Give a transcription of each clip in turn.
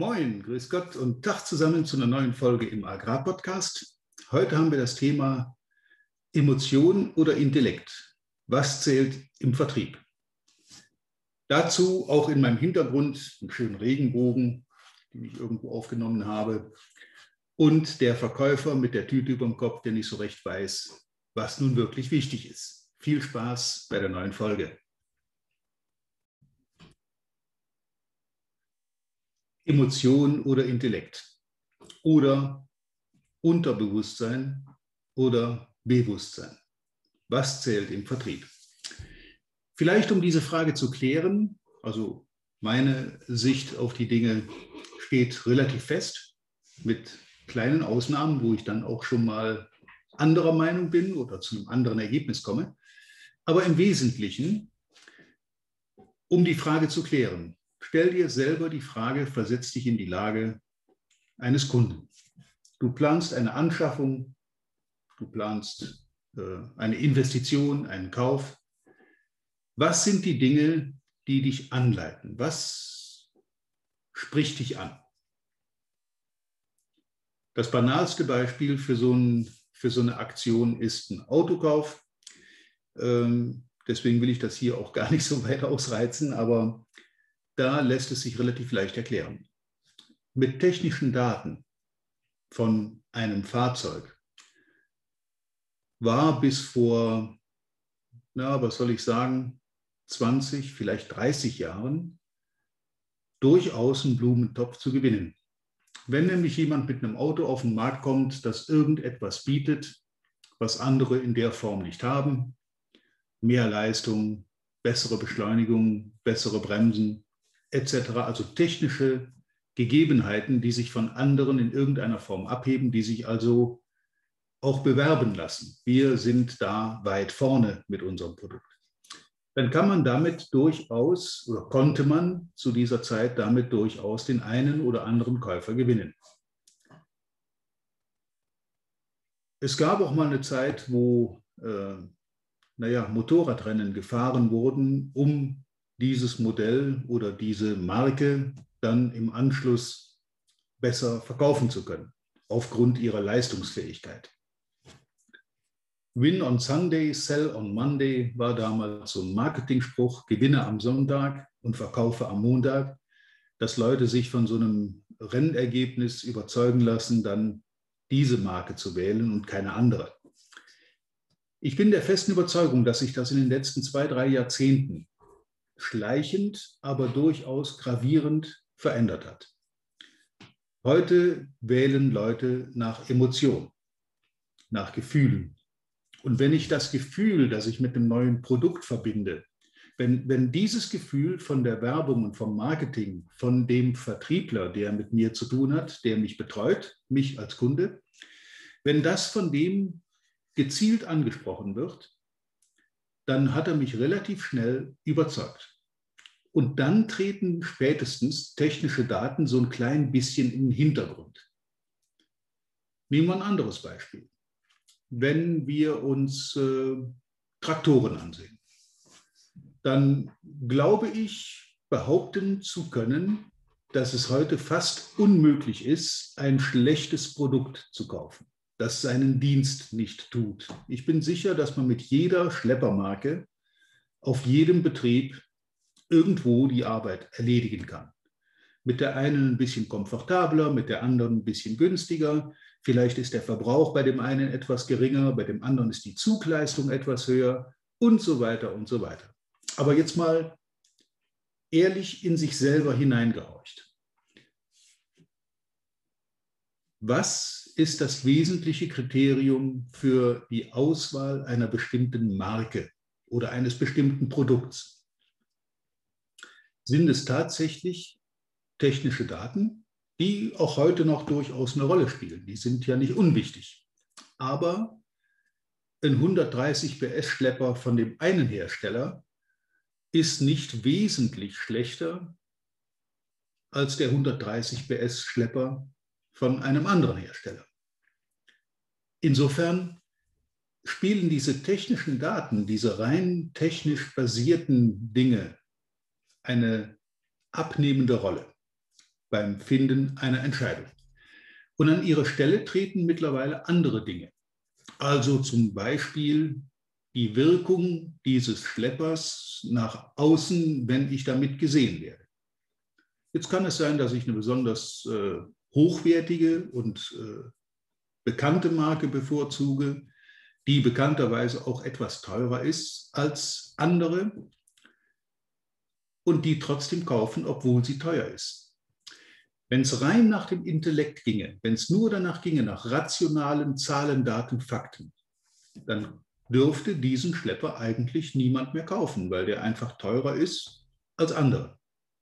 Moin, grüß Gott und Tag zusammen zu einer neuen Folge im Agrarpodcast. Heute haben wir das Thema Emotion oder Intellekt. Was zählt im Vertrieb? Dazu auch in meinem Hintergrund einen schönen Regenbogen, den ich irgendwo aufgenommen habe, und der Verkäufer mit der Tüte über dem Kopf, der nicht so recht weiß, was nun wirklich wichtig ist. Viel Spaß bei der neuen Folge. Emotion oder Intellekt oder Unterbewusstsein oder Bewusstsein. Was zählt im Vertrieb? Vielleicht um diese Frage zu klären, also meine Sicht auf die Dinge steht relativ fest, mit kleinen Ausnahmen, wo ich dann auch schon mal anderer Meinung bin oder zu einem anderen Ergebnis komme. Aber im Wesentlichen, um die Frage zu klären, stell dir selber die Frage, versetz dich in die Lage eines Kunden. Du planst eine Anschaffung, du planst eine Investition, einen Kauf. Was sind die Dinge, die dich anleiten? Was spricht dich an? Das banalste Beispiel für so eine Aktion ist ein Autokauf. Deswegen will ich das hier auch gar nicht so weit ausreizen, aber da lässt es sich relativ leicht erklären. Mit technischen Daten von einem Fahrzeug war bis vor, was soll ich sagen, 20, vielleicht 30 Jahren durchaus einen Blumentopf zu gewinnen. Wenn nämlich jemand mit einem Auto auf den Markt kommt, das irgendetwas bietet, was andere in der Form nicht haben, mehr Leistung, bessere Beschleunigung, bessere Bremsen etc., also technische Gegebenheiten, die sich von anderen in irgendeiner Form abheben, die sich also auch bewerben lassen. Wir sind da weit vorne mit unserem Produkt. Dann kann man damit durchaus oder konnte man zu dieser Zeit damit durchaus den einen oder anderen Käufer gewinnen. Es gab auch mal eine Zeit, wo Motorradrennen gefahren wurden, um dieses Modell oder diese Marke dann im Anschluss besser verkaufen zu können, aufgrund ihrer Leistungsfähigkeit. Win on Sunday, sell on Monday war damals so ein Marketingspruch, gewinne am Sonntag und verkaufe am Montag, dass Leute sich von so einem Rennergebnis überzeugen lassen, dann diese Marke zu wählen und keine andere. Ich bin der festen Überzeugung, dass sich das in den letzten 2, 3 Jahrzehnten schleichend, aber durchaus gravierend verändert hat. Heute wählen Leute nach Emotionen, nach Gefühlen. Und wenn ich das Gefühl, das ich mit einem neuen Produkt verbinde, wenn dieses Gefühl von der Werbung und vom Marketing, von dem Vertriebler, der mit mir zu tun hat, der mich betreut, mich als Kunde, wenn das von dem gezielt angesprochen wird, dann hat er mich relativ schnell überzeugt. Und dann treten spätestens technische Daten so ein klein bisschen in den Hintergrund. Nehmen wir ein anderes Beispiel. Wenn wir uns Traktoren ansehen, dann glaube ich, behaupten zu können, dass es heute fast unmöglich ist, ein schlechtes Produkt zu kaufen, das seinen Dienst nicht tut. Ich bin sicher, dass man mit jeder Schleppermarke auf jedem Betrieb irgendwo die Arbeit erledigen kann. Mit der einen ein bisschen komfortabler, mit der anderen ein bisschen günstiger. Vielleicht ist der Verbrauch bei dem einen etwas geringer, bei dem anderen ist die Zugleistung etwas höher und so weiter und so weiter. Aber jetzt mal ehrlich in sich selber hineingehorcht. Was ist das wesentliche Kriterium für die Auswahl einer bestimmten Marke oder eines bestimmten Produkts? Sind es tatsächlich technische Daten, die auch heute noch durchaus eine Rolle spielen? Die sind ja nicht unwichtig. Aber ein 130 PS Schlepper von dem einen Hersteller ist nicht wesentlich schlechter als der 130 PS Schlepper von einem anderen Hersteller. Insofern spielen diese technischen Daten, diese rein technisch basierten Dinge eine abnehmende Rolle. beim Finden einer Entscheidung. Und an ihre Stelle treten mittlerweile andere Dinge. Also zum Beispiel die Wirkung dieses Schleppers nach außen, wenn ich damit gesehen werde. Jetzt kann es sein, dass ich eine besonders hochwertige und bekannte Marke bevorzuge, die bekannterweise auch etwas teurer ist als andere und die trotzdem kaufen, obwohl sie teuer ist. Wenn es rein nach dem Intellekt ginge, wenn es nur danach ginge, nach rationalen Zahlen, Daten, Fakten, dann dürfte diesen Schlepper eigentlich niemand mehr kaufen, weil der einfach teurer ist als andere.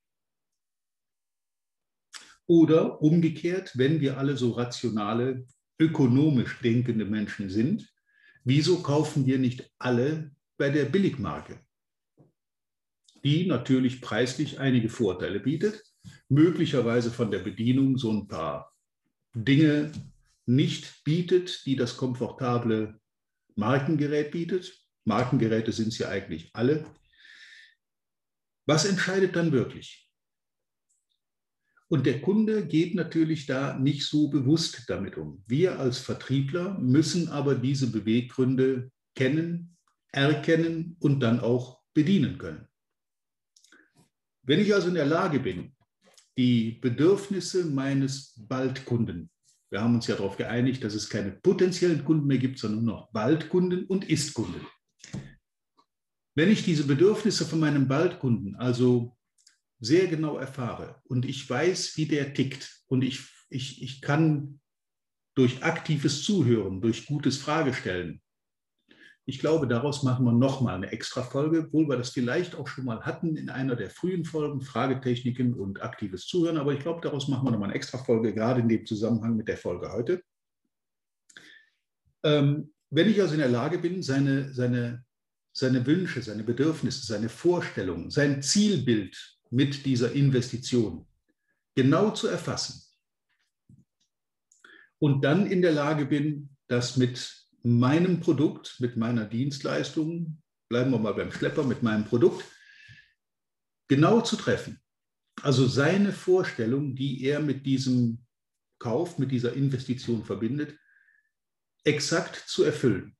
Oder umgekehrt, wenn wir alle so rationale, ökonomisch denkende Menschen sind, wieso kaufen wir nicht alle bei der Billigmarke, die natürlich preislich einige Vorteile bietet, möglicherweise von der Bedienung so ein paar Dinge nicht bietet, die das komfortable Markengerät bietet. Markengeräte sind es ja eigentlich alle. Was entscheidet dann wirklich? Und der Kunde geht natürlich da nicht so bewusst damit um. Wir als Vertriebler müssen aber diese Beweggründe kennen, erkennen und dann auch bedienen können. Wenn ich also in der Lage bin, die Bedürfnisse meines Baldkunden, wir haben uns ja darauf geeinigt, dass es keine potenziellen Kunden mehr gibt, sondern nur noch Baldkunden und Ist-Kunden. Wenn ich diese Bedürfnisse von meinem Baldkunden also sehr genau erfahre und ich weiß, wie der tickt und ich kann durch aktives Zuhören, durch gutes Fragestellen, ich glaube, daraus machen wir nochmal eine Extra-Folge, obwohl wir das vielleicht auch schon mal hatten in einer der frühen Folgen, Fragetechniken und aktives Zuhören, aber ich glaube, daraus machen wir nochmal eine Extra-Folge, gerade in dem Zusammenhang mit der Folge heute. Wenn ich also in der Lage bin, seine Wünsche, seine Bedürfnisse, seine Vorstellungen, sein Zielbild mit dieser Investition genau zu erfassen und dann in der Lage bin, das mit meinem Produkt, mit meiner Dienstleistung, bleiben wir mal beim Schlepper, mit meinem Produkt, genau zu treffen. Also seine Vorstellung, die er mit diesem Kauf, mit dieser Investition verbindet, exakt zu erfüllen.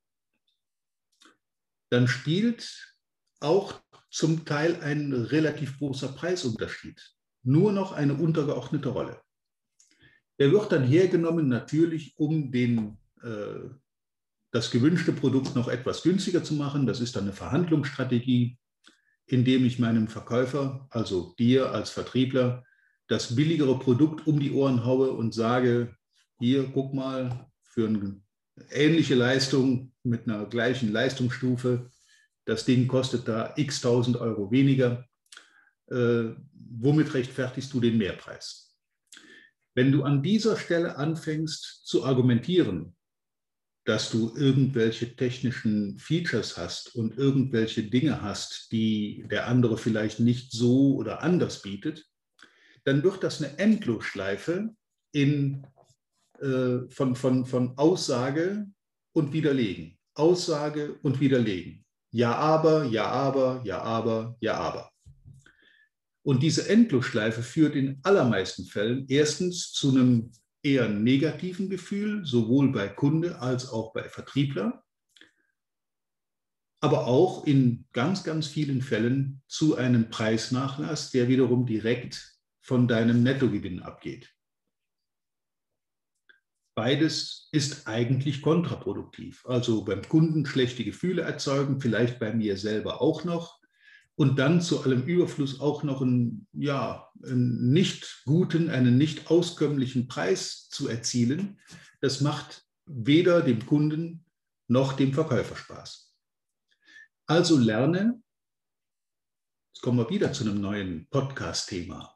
Dann spielt auch zum Teil ein relativ großer Preisunterschied nur noch eine untergeordnete Rolle. Der wird dann hergenommen natürlich, um das gewünschte Produkt noch etwas günstiger zu machen. Das ist dann eine Verhandlungsstrategie, indem ich meinem Verkäufer, also dir als Vertriebler, das billigere Produkt um die Ohren haue und sage, hier, guck mal, für eine ähnliche Leistung mit einer gleichen Leistungsstufe, das Ding kostet da x tausend Euro weniger. Womit rechtfertigst du den Mehrpreis? Wenn du an dieser Stelle anfängst zu argumentieren, dass du irgendwelche technischen Features hast und irgendwelche Dinge hast, die der andere vielleicht nicht so oder anders bietet, dann wird das eine Endlosschleife von Aussage und Widerlegen. Aussage und Widerlegen. Ja, aber, ja, aber, ja, aber, ja, aber. Und diese Endlosschleife führt in allermeisten Fällen erstens zu einem eher negativen Gefühl, sowohl bei Kunde als auch bei Vertriebler, aber auch in ganz, ganz vielen Fällen zu einem Preisnachlass, der wiederum direkt von deinem Nettogewinn abgeht. Beides ist eigentlich kontraproduktiv. Also beim Kunden schlechte Gefühle erzeugen, vielleicht bei mir selber auch noch. Und dann zu allem Überfluss auch noch einen nicht guten, einen nicht auskömmlichen Preis zu erzielen, das macht weder dem Kunden noch dem Verkäufer Spaß. Also lerne, jetzt kommen wir wieder zu einem neuen Podcast-Thema.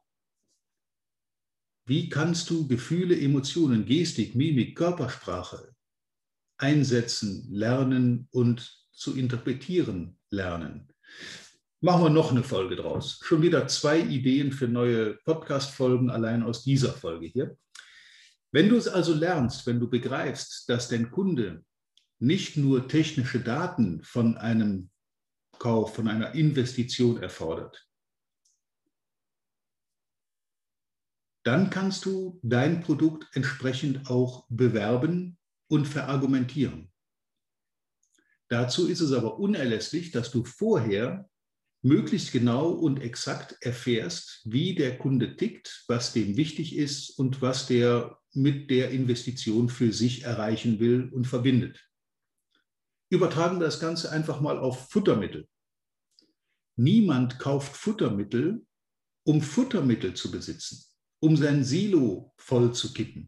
Wie kannst du Gefühle, Emotionen, Gestik, Mimik, Körpersprache einsetzen, lernen und zu interpretieren lernen? Machen wir noch eine Folge draus. Schon wieder 2 Ideen für neue Podcast-Folgen allein aus dieser Folge hier. Wenn du es also lernst, wenn du begreifst, dass dein Kunde nicht nur technische Daten von einem Kauf, von einer Investition erfordert, dann kannst du dein Produkt entsprechend auch bewerben und verargumentieren. Dazu ist es aber unerlässlich, dass du vorher möglichst genau und exakt erfährst, wie der Kunde tickt, was dem wichtig ist und was der mit der Investition für sich erreichen will und verbindet. Übertragen wir das Ganze einfach mal auf Futtermittel. Niemand kauft Futtermittel, um Futtermittel zu besitzen, um sein Silo voll zu kippen.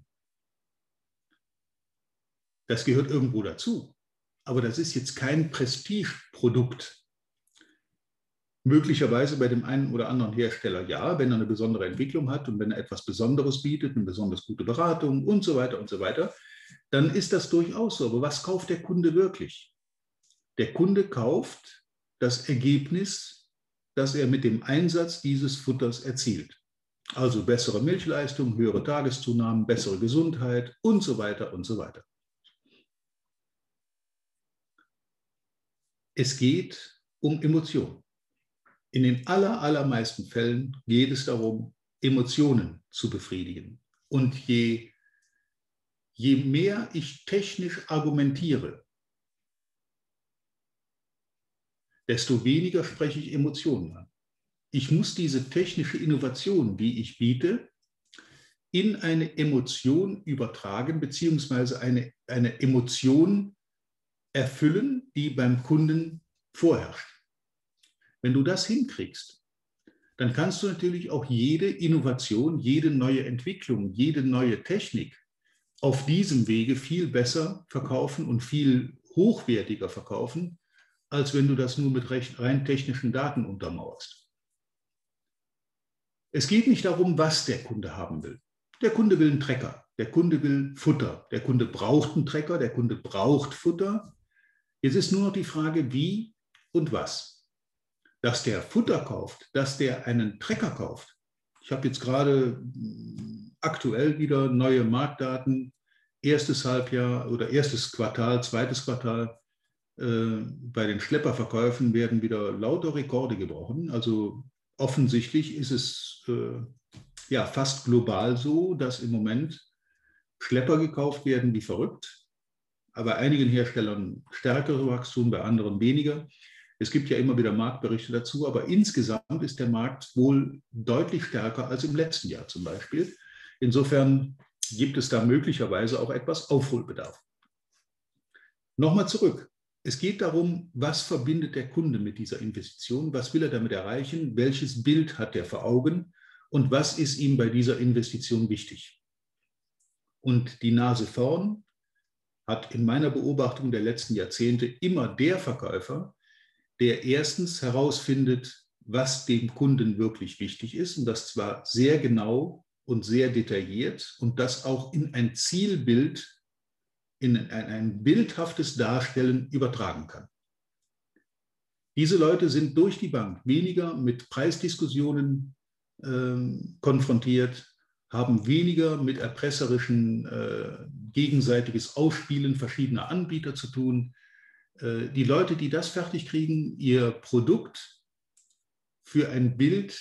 Das gehört irgendwo dazu. Aber das ist jetzt kein Prestigeprodukt. Möglicherweise bei dem einen oder anderen Hersteller ja, wenn er eine besondere Entwicklung hat und wenn er etwas Besonderes bietet, eine besonders gute Beratung und so weiter, dann ist das durchaus so. Aber was kauft der Kunde wirklich? Der Kunde kauft das Ergebnis, das er mit dem Einsatz dieses Futters erzielt. Also bessere Milchleistung, höhere Tageszunahmen, bessere Gesundheit und so weiter und so weiter. Es geht um Emotionen. In den allermeisten Fällen geht es darum, Emotionen zu befriedigen. Und je mehr ich technisch argumentiere, desto weniger spreche ich Emotionen an. Ich muss diese technische Innovation, die ich biete, in eine Emotion übertragen, beziehungsweise eine Emotion erfüllen, die beim Kunden vorherrscht. Wenn du das hinkriegst, dann kannst du natürlich auch jede Innovation, jede neue Entwicklung, jede neue Technik auf diesem Wege viel besser verkaufen und viel hochwertiger verkaufen, als wenn du das nur mit rein technischen Daten untermauerst. Es geht nicht darum, was der Kunde haben will. Der Kunde will einen Trecker, der Kunde will Futter, der Kunde braucht einen Trecker, der Kunde braucht Futter. Jetzt ist nur noch die Frage, wie und was. Dass der Futter kauft, dass der einen Trecker kauft. Ich habe jetzt gerade aktuell wieder neue Marktdaten, erstes Halbjahr oder erstes Quartal, zweites Quartal. Bei den Schlepperverkäufen werden wieder lauter Rekorde gebrochen. Also offensichtlich ist es ja fast global so, dass im Moment Schlepper gekauft werden wie verrückt. Bei einigen Herstellern stärkere Wachstum, bei anderen weniger. Es gibt ja immer wieder Marktberichte dazu, aber insgesamt ist der Markt wohl deutlich stärker als im letzten Jahr zum Beispiel. Insofern gibt es da möglicherweise auch etwas Aufholbedarf. Nochmal zurück. Es geht darum, was verbindet der Kunde mit dieser Investition, was will er damit erreichen, welches Bild hat er vor Augen und was ist ihm bei dieser Investition wichtig. Und die Nase vorn hat in meiner Beobachtung der letzten Jahrzehnte immer der Verkäufer, der erstens herausfindet, was dem Kunden wirklich wichtig ist und das zwar sehr genau und sehr detailliert und das auch in ein Zielbild, in ein bildhaftes Darstellen übertragen kann. Diese Leute sind durch die Bank weniger mit Preisdiskussionen konfrontiert, haben weniger mit erpresserischen gegenseitiges Ausspielen verschiedener Anbieter zu tun. Die Leute, die das fertig kriegen, ihr Produkt für ein Bild,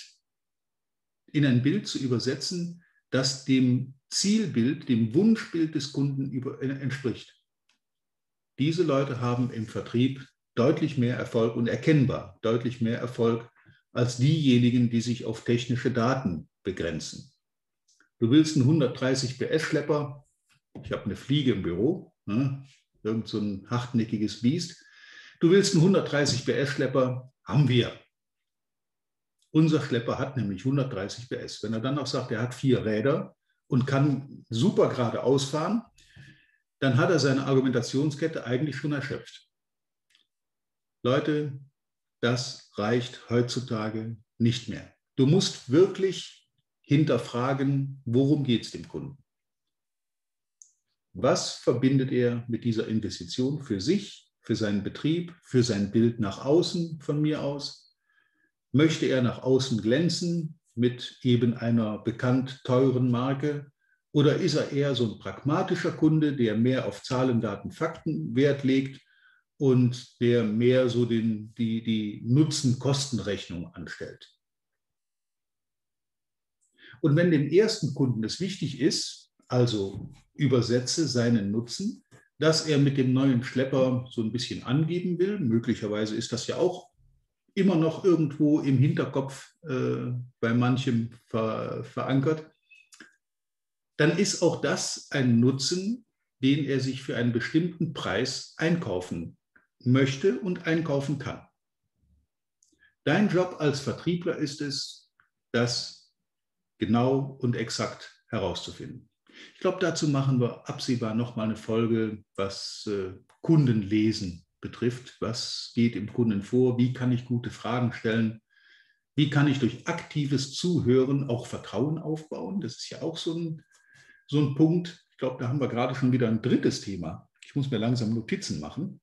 in ein Bild zu übersetzen, das dem Zielbild, dem Wunschbild des Kunden entspricht. Diese Leute haben im Vertrieb deutlich mehr Erfolg und erkennbar deutlich mehr Erfolg als diejenigen, die sich auf technische Daten begrenzen. Du willst einen 130 PS-Schlepper, ich habe eine Fliege im Büro, ne? Irgend so ein hartnäckiges Biest. Du willst einen 130 PS-Schlepper, haben wir. Unser Schlepper hat nämlich 130 PS. Wenn er dann noch sagt, er hat 4 Räder und kann super geradeaus fahren, dann hat er seine Argumentationskette eigentlich schon erschöpft. Leute, das reicht heutzutage nicht mehr. Du musst wirklich hinterfragen, worum geht es dem Kunden? Was verbindet er mit dieser Investition für sich, für seinen Betrieb, für sein Bild nach außen von mir aus? Möchte er nach außen glänzen mit eben einer bekannt teuren Marke? Oder ist er eher so ein pragmatischer Kunde, der mehr auf Zahlen, Daten, Fakten Wert legt und der mehr so die Nutzen-Kosten-Rechnung anstellt? Und wenn dem ersten Kunden es wichtig ist, also übersetze seinen Nutzen, dass er mit dem neuen Schlepper so ein bisschen angeben will, möglicherweise ist das ja auch immer noch irgendwo im Hinterkopf bei manchem verankert, dann ist auch das ein Nutzen, den er sich für einen bestimmten Preis einkaufen möchte und einkaufen kann. Dein Job als Vertriebler ist es, das genau und exakt herauszufinden. Ich glaube, dazu machen wir absehbar nochmal eine Folge, was Kundenlesen betrifft. Was geht im Kunden vor? Wie kann ich gute Fragen stellen? Wie kann ich durch aktives Zuhören auch Vertrauen aufbauen? Das ist ja auch so ein Punkt. Ich glaube, da haben wir gerade schon wieder ein drittes Thema. Ich muss mir langsam Notizen machen.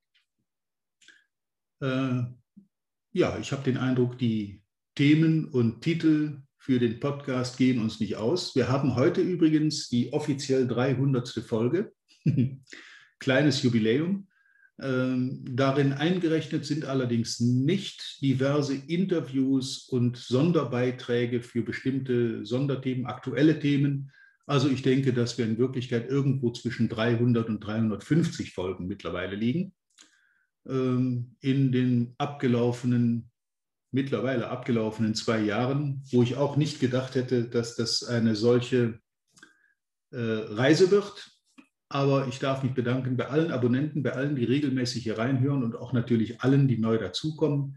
Ja, ich habe den Eindruck, die Themen und Titel für den Podcast gehen uns nicht aus. Wir haben heute übrigens die offiziell 300. Folge. Kleines Jubiläum. Darin eingerechnet sind allerdings nicht diverse Interviews und Sonderbeiträge für bestimmte Sonderthemen, aktuelle Themen. Also ich denke, dass wir in Wirklichkeit irgendwo zwischen 300 und 350 Folgen mittlerweile liegen. In den mittlerweile abgelaufenen 2 Jahren, wo ich auch nicht gedacht hätte, dass das eine solche Reise wird. Aber ich darf mich bedanken bei allen Abonnenten, bei allen, die regelmäßig hier reinhören und auch natürlich allen, die neu dazukommen.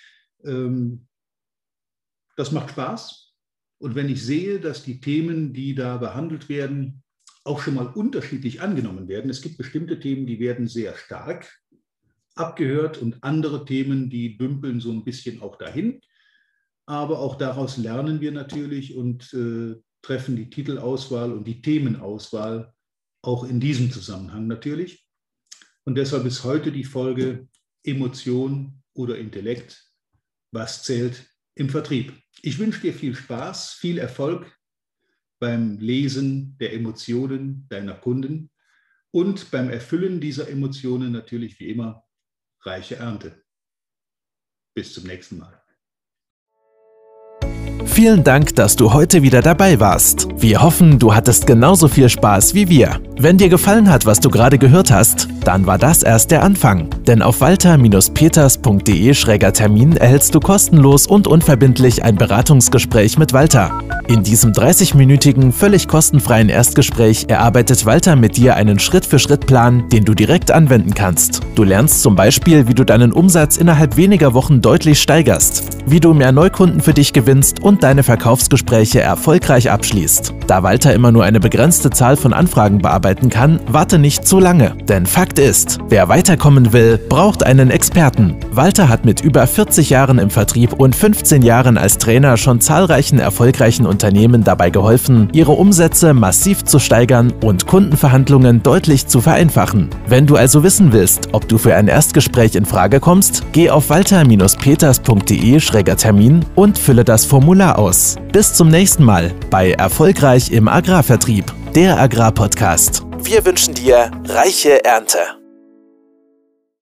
Das macht Spaß. Und wenn ich sehe, dass die Themen, die da behandelt werden, auch schon mal unterschiedlich angenommen werden. Es gibt bestimmte Themen, die werden sehr stark abgehört und andere Themen, die dümpeln so ein bisschen auch dahin. Aber auch daraus lernen wir natürlich und treffen die Titelauswahl und die Themenauswahl auch in diesem Zusammenhang natürlich. Und deshalb ist heute die Folge Emotion oder Intellekt, was zählt im Vertrieb. Ich wünsche dir viel Spaß, viel Erfolg beim Lesen der Emotionen deiner Kunden und beim Erfüllen dieser Emotionen natürlich wie immer reiche Ernte. Bis zum nächsten Mal. Vielen Dank, dass du heute wieder dabei warst. Wir hoffen, du hattest genauso viel Spaß wie wir. Wenn dir gefallen hat, was du gerade gehört hast, dann war das erst der Anfang. Denn auf walter-peters.de/Termin erhältst du kostenlos und unverbindlich ein Beratungsgespräch mit Walter. In diesem 30-minütigen, völlig kostenfreien Erstgespräch erarbeitet Walter mit dir einen Schritt-für-Schritt-Plan, den du direkt anwenden kannst. Du lernst zum Beispiel, wie du deinen Umsatz innerhalb weniger Wochen deutlich steigerst, wie du mehr Neukunden für dich gewinnst und deine Verkaufsgespräche erfolgreich abschließt. Da Walter immer nur eine begrenzte Zahl von Anfragen bearbeiten kann, warte nicht zu lange. Denn Fakt ist, wer weiterkommen will, braucht einen Experten. Walter hat mit über 40 Jahren im Vertrieb und 15 Jahren als Trainer schon zahlreichen erfolgreichen Unternehmen dabei geholfen, ihre Umsätze massiv zu steigern und Kundenverhandlungen deutlich zu vereinfachen. Wenn du also wissen willst, ob du für ein Erstgespräch in Frage kommst, geh auf walter-peters.de/Termin und fülle das Formular aus. Bis zum nächsten Mal bei Erfolgreich im Agrarvertrieb, der Agrarpodcast. Wir wünschen dir reiche Ernte.